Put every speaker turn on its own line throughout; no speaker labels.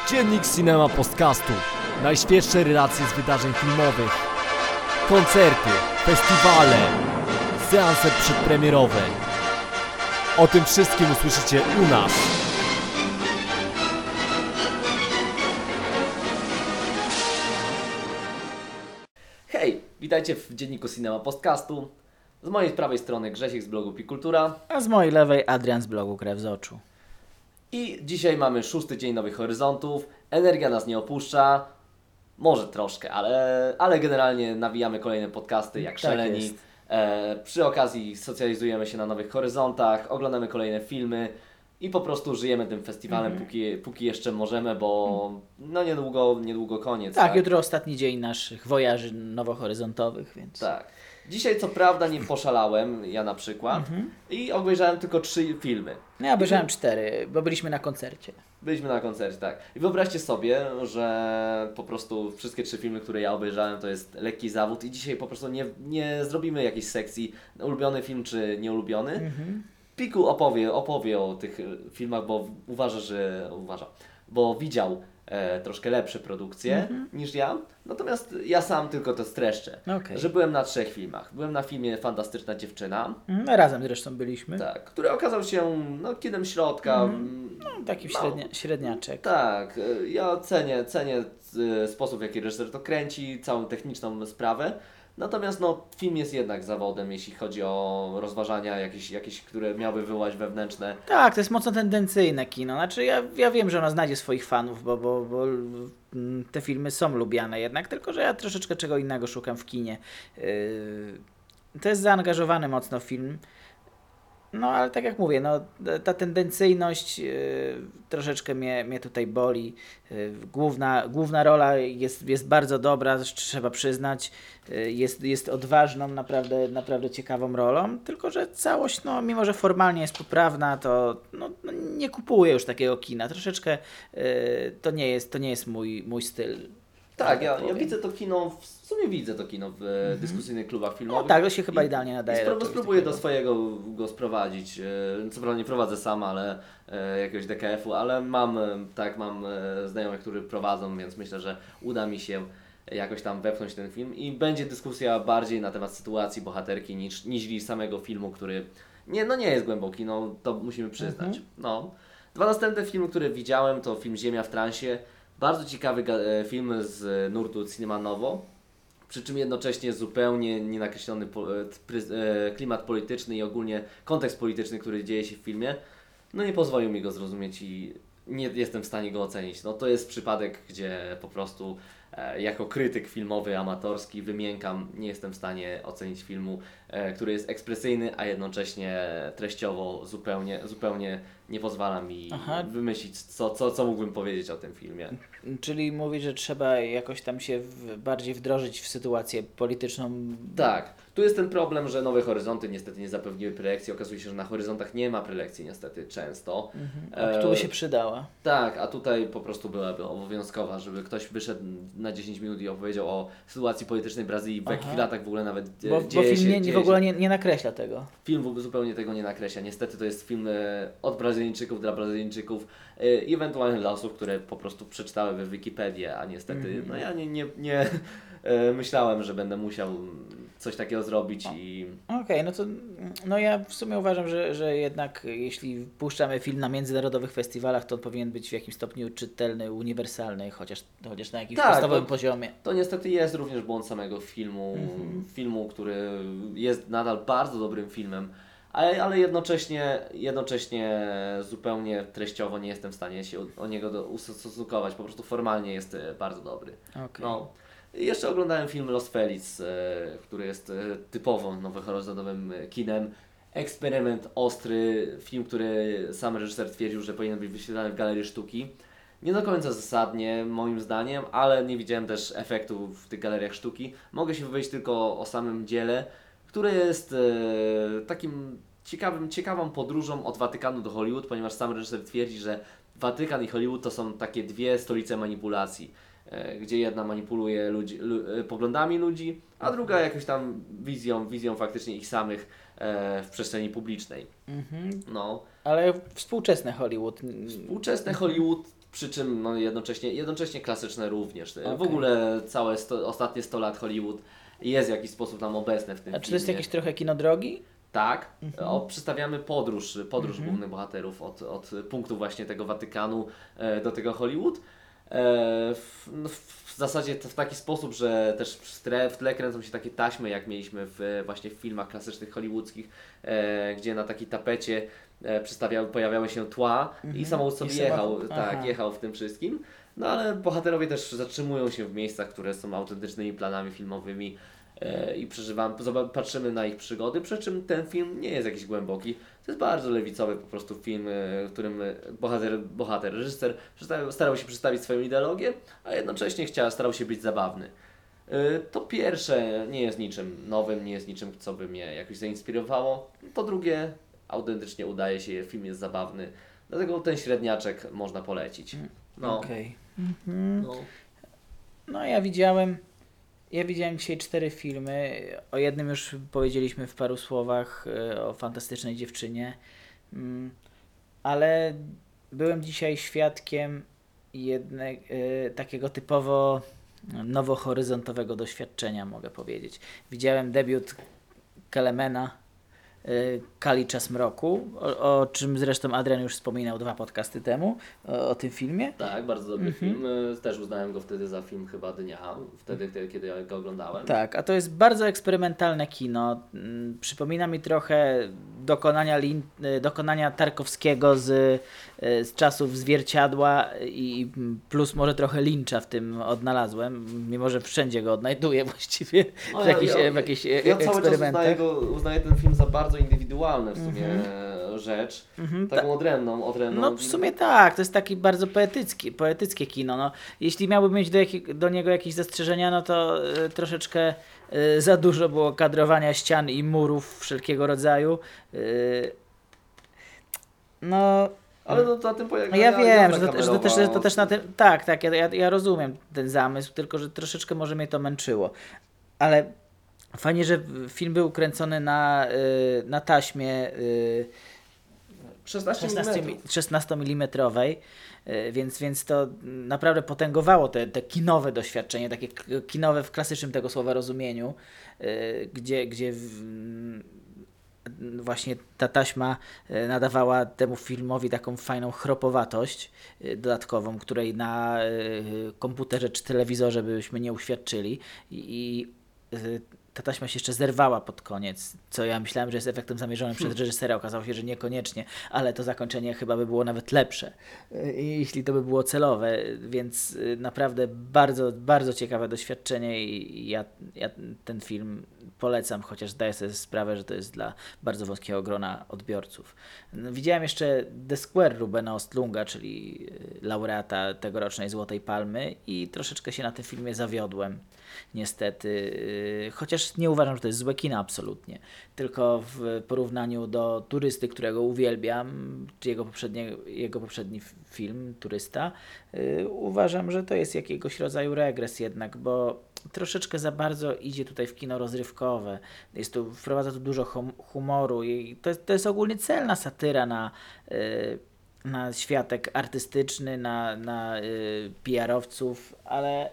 Dziennik Cinema Podcastu. Najświeższe relacje z wydarzeń filmowych. Koncerty, festiwale, seanse przedpremierowe. O tym wszystkim usłyszycie u nas. Hej, witajcie w Dzienniku Cinema Podcastu. Z mojej prawej strony Grzesiek z blogu Pikultura.
A z mojej lewej Adrian z blogu Krew z oczu.
I dzisiaj mamy 6. dzień Nowych Horyzontów. Energia nas nie opuszcza. Może troszkę, ale generalnie nawijamy kolejne podcasty jak szaleni.
jest.
Przy okazji socjalizujemy się na Nowych Horyzontach, oglądamy kolejne filmy i po prostu żyjemy tym festiwalem, póki jeszcze możemy, bo no niedługo koniec.
Tak, jutro ostatni dzień naszych wojaży nowohoryzontowych, więc...
Tak. Dzisiaj co prawda nie poszalałem, ja na przykład, i obejrzałem tylko 3 filmy.
No ja obejrzałem 4, bo byliśmy na koncercie.
Byliśmy na koncercie, tak. I wyobraźcie sobie, że po prostu wszystkie 3 filmy, które ja obejrzałem, to jest lekki zawód i dzisiaj po prostu nie zrobimy jakiejś sekcji ulubiony film czy nieulubiony. Piku opowie o tych filmach, bo bo widział troszkę lepsze produkcje niż ja. Natomiast ja sam tylko to streszczę,
Okej.
że byłem na 3 filmach. Byłem na filmie Fantastyczna dziewczyna,
Razem zresztą byliśmy.
tak, który okazał się kinem środka.
No, taki
Mało.
średniaczek.
Tak, ja cenię sposób, w jaki reżyser to kręci, całą techniczną sprawę. Natomiast film jest jednak zawodem, jeśli chodzi o rozważania jakieś, które miały wywołać wewnętrzne.
Tak, to jest mocno tendencyjne kino. Znaczy ja wiem, że ono znajdzie swoich fanów, bo te filmy są lubiane jednak, tylko że ja troszeczkę czego innego szukam w kinie. To jest zaangażowany mocno film. No ale tak jak mówię, ta tendencyjność troszeczkę mnie tutaj boli. Główna rola jest bardzo dobra, trzeba przyznać. Jest odważną, naprawdę ciekawą rolą, tylko że całość, mimo że formalnie jest poprawna, to nie kupuję już takiego kina. Troszeczkę to nie jest mój styl.
Tak, ja
powiem.
widzę to kino, w sumie widzę to kino w dyskusyjnych klubach filmowych.
No tak, to się chyba idealnie nadaje. do
Spróbuję do
takiego.
swojego go sprowadzić. Co prawda nie prowadzę sam, ale jakiegoś DKF-u, ale mam znajomych, którzy prowadzą, więc myślę, że uda mi się jakoś tam wepchnąć ten film i będzie dyskusja bardziej na temat sytuacji bohaterki niż samego filmu, który nie jest głęboki, to musimy przyznać. Dwa następne filmy, które widziałem, to film Ziemia w transie. Bardzo ciekawy film z nurtu Cinema Novo, przy czym jednocześnie zupełnie nienakreślony klimat polityczny i ogólnie kontekst polityczny, który dzieje się w filmie, nie pozwolił mi go zrozumieć i nie jestem w stanie go ocenić. To jest przypadek, gdzie po prostu jako krytyk filmowy, amatorski wymiękam, nie jestem w stanie ocenić filmu, który jest ekspresyjny, a jednocześnie treściowo zupełnie nie pozwala mi wymyślić, co mógłbym powiedzieć o tym filmie.
Czyli mówisz, że trzeba jakoś tam się bardziej wdrożyć w sytuację polityczną.
Tak, tu jest ten problem, że Nowe Horyzonty niestety nie zapewniły prelekcji. Okazuje się, że na Horyzontach nie ma prelekcji niestety często.
Która się przydała.
Tak, a tutaj po prostu byłaby obowiązkowa, żeby ktoś wyszedł na 10 minut i opowiedział o sytuacji politycznej Brazylii, w jakich latach w ogóle nawet
Bo film w ogóle nie nakreśla tego.
Film zupełnie tego nie nakreśla. Niestety to jest film od Brazylijczyków dla Brazylijczyków i ewentualnie dla osób, które po prostu przeczytały w Wikipedię, a niestety ja nie myślałem, że będę musiał coś takiego zrobić i...
Okej, ja w sumie uważam, że jednak jeśli puszczamy film na międzynarodowych festiwalach, to on powinien być w jakimś stopniu czytelny, uniwersalny, chociaż na jakimś podstawowym poziomie.
To niestety jest również błąd samego filmu, który jest nadal bardzo dobrym filmem, ale jednocześnie zupełnie treściowo nie jestem w stanie się o niego ustosunkować, po prostu formalnie jest bardzo dobry.
Okay.
I jeszcze oglądałem film Los Feliz, który jest typowo nowohoryzontowym kinem. Eksperyment ostry, film, który sam reżyser twierdził, że powinien być wyświetlany w Galerii Sztuki. Nie do końca zasadnie, moim zdaniem, ale nie widziałem też efektu w tych galeriach sztuki. Mogę się wypowiedzieć tylko o samym dziele, które jest takim ciekawą podróżą od Watykanu do Hollywood, ponieważ sam reżyser twierdzi, że Watykan i Hollywood to są takie dwie stolice manipulacji, gdzie jedna manipuluje poglądami ludzi, a druga jakąś tam wizją faktycznie ich samych w przestrzeni publicznej. No.
Ale współczesny Hollywood.
Współczesny Hollywood, przy czym no, jednocześnie klasyczne również. W
Okej.
ogóle całe ostatnie 100 lat Hollywood jest w jakiś sposób tam obecne w tym
A czy to jest
filmie.
jakieś trochę kino drogi?
Tak, przedstawiamy podróż głównych bohaterów od punktu właśnie tego Watykanu do tego Hollywood. W zasadzie w taki sposób, że też w tle kręcą się takie taśmy, jak mieliśmy właśnie w filmach klasycznych hollywoodzkich, gdzie na takiej tapecie pojawiały się tła i samochód sobie jechał w tym wszystkim. No ale bohaterowie też zatrzymują się w miejscach, które są autentycznymi planami filmowymi i patrzymy na ich przygody, przy czym ten film nie jest jakiś głęboki. To jest bardzo lewicowy po prostu film, w którym reżyser starał się przedstawić swoją ideologię, a jednocześnie starał się być zabawny. To pierwsze nie jest niczym nowym, nie jest niczym, co by mnie jakoś zainspirowało. To drugie autentycznie udaje się, film jest zabawny, dlatego ten średniaczek można polecić. No.
Okej.
No.
No ja widziałem dzisiaj 4 filmy. O jednym już powiedzieliśmy w paru słowach, o Fantastycznej dziewczynie. Ale byłem dzisiaj świadkiem takiego typowo nowohoryzontowego doświadczenia, mogę powiedzieć. Widziałem debiut Kelemena, Kali Czas Mroku, o czym zresztą Adrian już wspominał 2 podcasty temu, o tym filmie.
Tak, bardzo dobry film. Też uznałem go wtedy za film chyba dnia, kiedy ja go oglądałem.
Tak, a to jest bardzo eksperymentalne kino. Przypomina mi trochę dokonania Tarkowskiego z czasów Zwierciadła i plus może trochę Lyncha w tym odnalazłem, mimo że wszędzie go odnajduję właściwie w jakichś
Ja cały
eksperymentach.
czas uznaję ten film za bardzo indywidualny w sumie rzecz. Taką odrębną.
No w sumie tak, to jest taki bardzo poetyckie kino. No, jeśli miałbym mieć do niego jakieś zastrzeżenia, no to troszeczkę za dużo było kadrowania ścian i murów wszelkiego rodzaju. No...
Ale no, na tym polega.
Ja wiem, że to też na tym. Tak, ja rozumiem ten zamysł, tylko że troszeczkę może mnie to męczyło. Ale fajnie, że film był kręcony na taśmie 16 mm, więc to naprawdę potęgowało te kinowe doświadczenie, takie kinowe w klasycznym tego słowa rozumieniu, gdzie właśnie ta taśma nadawała temu filmowi taką fajną chropowatość dodatkową, której na komputerze czy telewizorze byśmy nie uświadczyli i ta taśma się jeszcze zerwała pod koniec, co ja myślałem, że jest efektem zamierzonym przez reżysera. Okazało się, że niekoniecznie, ale to zakończenie chyba by było nawet lepsze, jeśli to by było celowe, więc naprawdę bardzo, bardzo ciekawe doświadczenie i ja ten film polecam, chociaż zdaję sobie sprawę, że to jest dla bardzo wąskiego grona odbiorców. Widziałem jeszcze The Square Rubena Östlunda, czyli laureata tegorocznej Złotej Palmy i troszeczkę się na tym filmie zawiodłem, niestety, chociaż nie uważam, że to jest złe kino absolutnie, tylko w porównaniu do Turysty, którego uwielbiam, czy jego poprzedni film Turysta, uważam, że to jest jakiegoś rodzaju regres jednak, bo troszeczkę za bardzo idzie tutaj w kino rozrywkowe. Wprowadza tu dużo humoru i to jest ogólnie celna satyra na światek artystyczny, na PR-owców, ale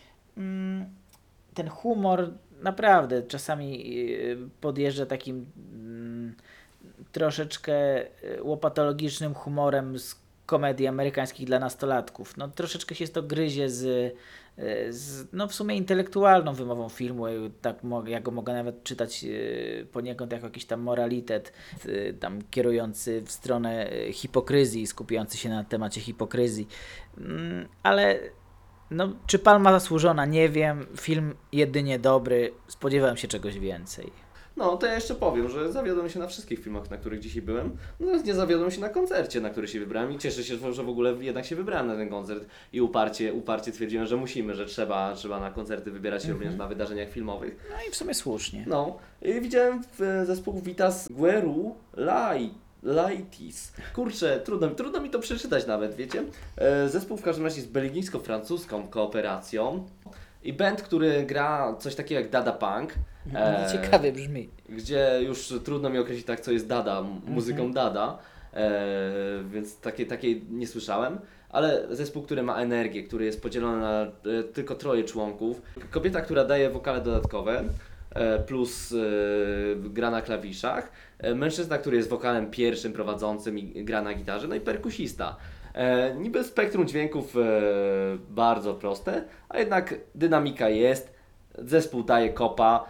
ten humor naprawdę czasami podjeżdża takim troszeczkę łopatologicznym humorem z komedii amerykańskich dla nastolatków. No troszeczkę się to gryzie z no w sumie intelektualną wymową filmu, tak ja go mogę nawet czytać poniekąd jako jakiś tam moralitet, tam kierujący w stronę hipokryzji, skupiający się na temacie hipokryzji. Ale no, czy Palma zasłużona? Nie wiem. Film jedynie dobry. Spodziewałem się czegoś więcej.
No, to ja jeszcze powiem, że zawiodłem się na wszystkich filmach, na których dzisiaj byłem. Natomiast nie zawiodłem się na koncercie, na który się wybrałem i cieszę się, że w ogóle jednak się wybrałem na ten koncert i uparcie twierdziłem, że musimy, że trzeba na koncerty wybierać się również na wydarzeniach filmowych.
No i w sumie słusznie.
No, i widziałem zespół Vitas Gueru Laitis. Kurczę, trudno mi to przeczytać nawet, wiecie? Zespół w każdym razie z belgijsko-francuską kooperacją i band, który gra coś takiego jak Dada Punk.
Ciekawie brzmi.
Gdzie już trudno mi określić tak, co jest dada, muzyką dada, więc takiej nie słyszałem. Ale zespół, który ma energię, który jest podzielony na tylko 3 członków. Kobieta, która daje wokale dodatkowe, plus gra na klawiszach. Mężczyzna, który jest wokalem pierwszym, prowadzącym i gra na gitarze. No i perkusista. Niby spektrum dźwięków bardzo proste, a jednak dynamika jest. Zespół daje kopa,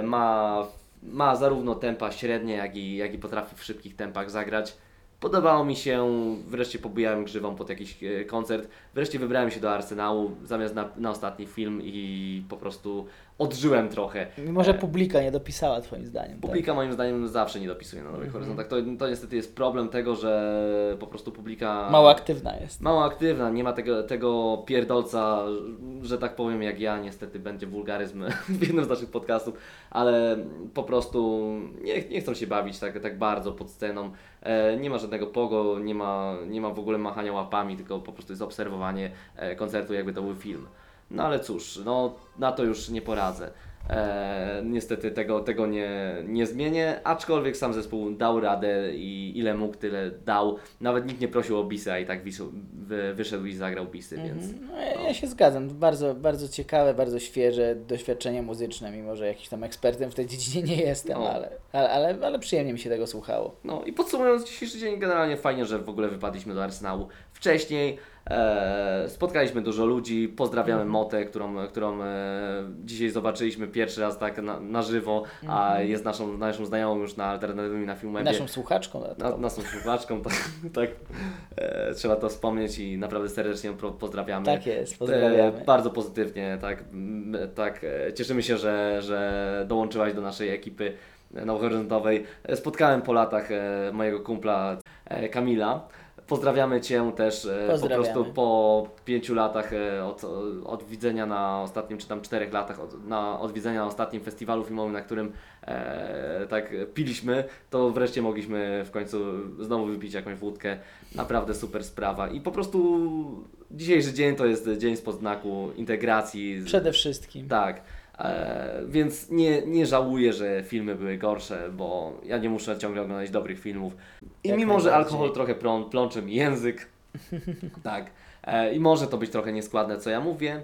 ma zarówno tempa średnie, jak i potrafi w szybkich tempach zagrać. Podobało mi się, wreszcie pobijałem grzywą pod jakiś koncert, wreszcie wybrałem się do Arsenału zamiast na ostatni film i po prostu odżyłem trochę.
Mimo, że publika nie dopisała twoim zdaniem.
Publika moim zdaniem zawsze nie dopisuje na Nowych Horyzontach. To niestety jest problem tego, że po prostu publika...
Mało aktywna jest.
Mało aktywna, nie ma tego pierdolca, że tak powiem jak ja, niestety będzie wulgaryzm w jednym z naszych podcastów, ale po prostu nie chcą się bawić tak bardzo pod sceną. Nie ma żadnego pogo, nie ma w ogóle machania łapami, tylko po prostu jest obserwowanie koncertu, jakby to był film. No ale cóż, no na to już nie poradzę. Niestety tego nie zmienię, aczkolwiek sam zespół dał radę i ile mógł, tyle dał. Nawet nikt nie prosił o bisy, a i tak wyszedł i zagrał bisy, więc...
No, ja się zgadzam, bardzo, bardzo ciekawe, bardzo świeże doświadczenie muzyczne, mimo że jakiś tam ekspertem w tej dziedzinie nie jestem, ale przyjemnie mi się tego słuchało.
No i podsumowując dzisiejszy dzień, generalnie fajnie, że w ogóle wypadliśmy do Arsenału wcześniej. Spotkaliśmy dużo ludzi, pozdrawiamy Motę, którą dzisiaj zobaczyliśmy pierwszy raz tak na żywo, a jest naszą znajomą już na alternatywnym na Filmwebie.
Naszą słuchaczką.
Naszą słuchaczką, tak trzeba to wspomnieć i naprawdę serdecznie ją pozdrawiamy.
Tak jest, pozdrawiamy.
Bardzo pozytywnie, tak cieszymy się, że dołączyłaś do naszej ekipy nowohoryzontowej. Spotkałem po latach mojego kumpla Kamila. Pozdrawiamy Cię też po prostu po 5 latach od widzenia na ostatnim, czy tam 4 latach od widzenia na ostatnim festiwalu filmowym, na którym tak piliśmy, to wreszcie mogliśmy w końcu znowu wypić jakąś wódkę. Naprawdę super sprawa i po prostu dzisiejszy dzień to jest dzień spod znaku integracji.
Przede wszystkim.
Tak. Więc nie żałuję, że filmy były gorsze, bo ja nie muszę ciągle oglądać dobrych filmów. I mimo, że alkohol trochę plącze mi język, tak, i może to być trochę nieskładne, co ja mówię,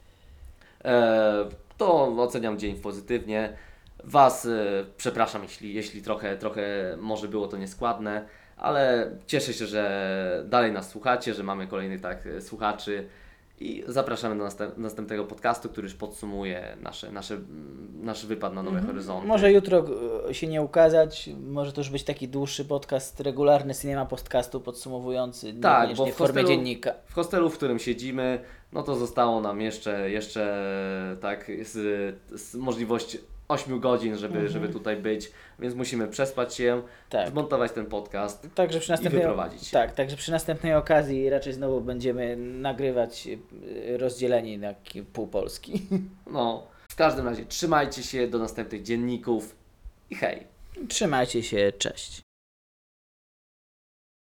to oceniam dzień pozytywnie. Was przepraszam, jeśli trochę może było to nieskładne, ale cieszę się, że dalej nas słuchacie, że mamy kolejnych słuchaczy. I zapraszamy do następnego podcastu, który już podsumuje nasz wypad na Nowe Horyzonty.
Może jutro się nie ukazać, może to już być taki dłuższy podcast, regularny cinema podcastu podsumowujący, niekoniecznie w formie dziennika.
W hostelu, w którym siedzimy, no to zostało nam jeszcze tak z możliwość 8 godzin, żeby tutaj być, więc musimy przespać się, zmontować ten podcast i wyprowadzić.
Także przy następnej okazji raczej znowu będziemy nagrywać rozdzieleni na pół Polski.
No, w każdym razie trzymajcie się do następnych dzienników i hej!
Trzymajcie się, cześć!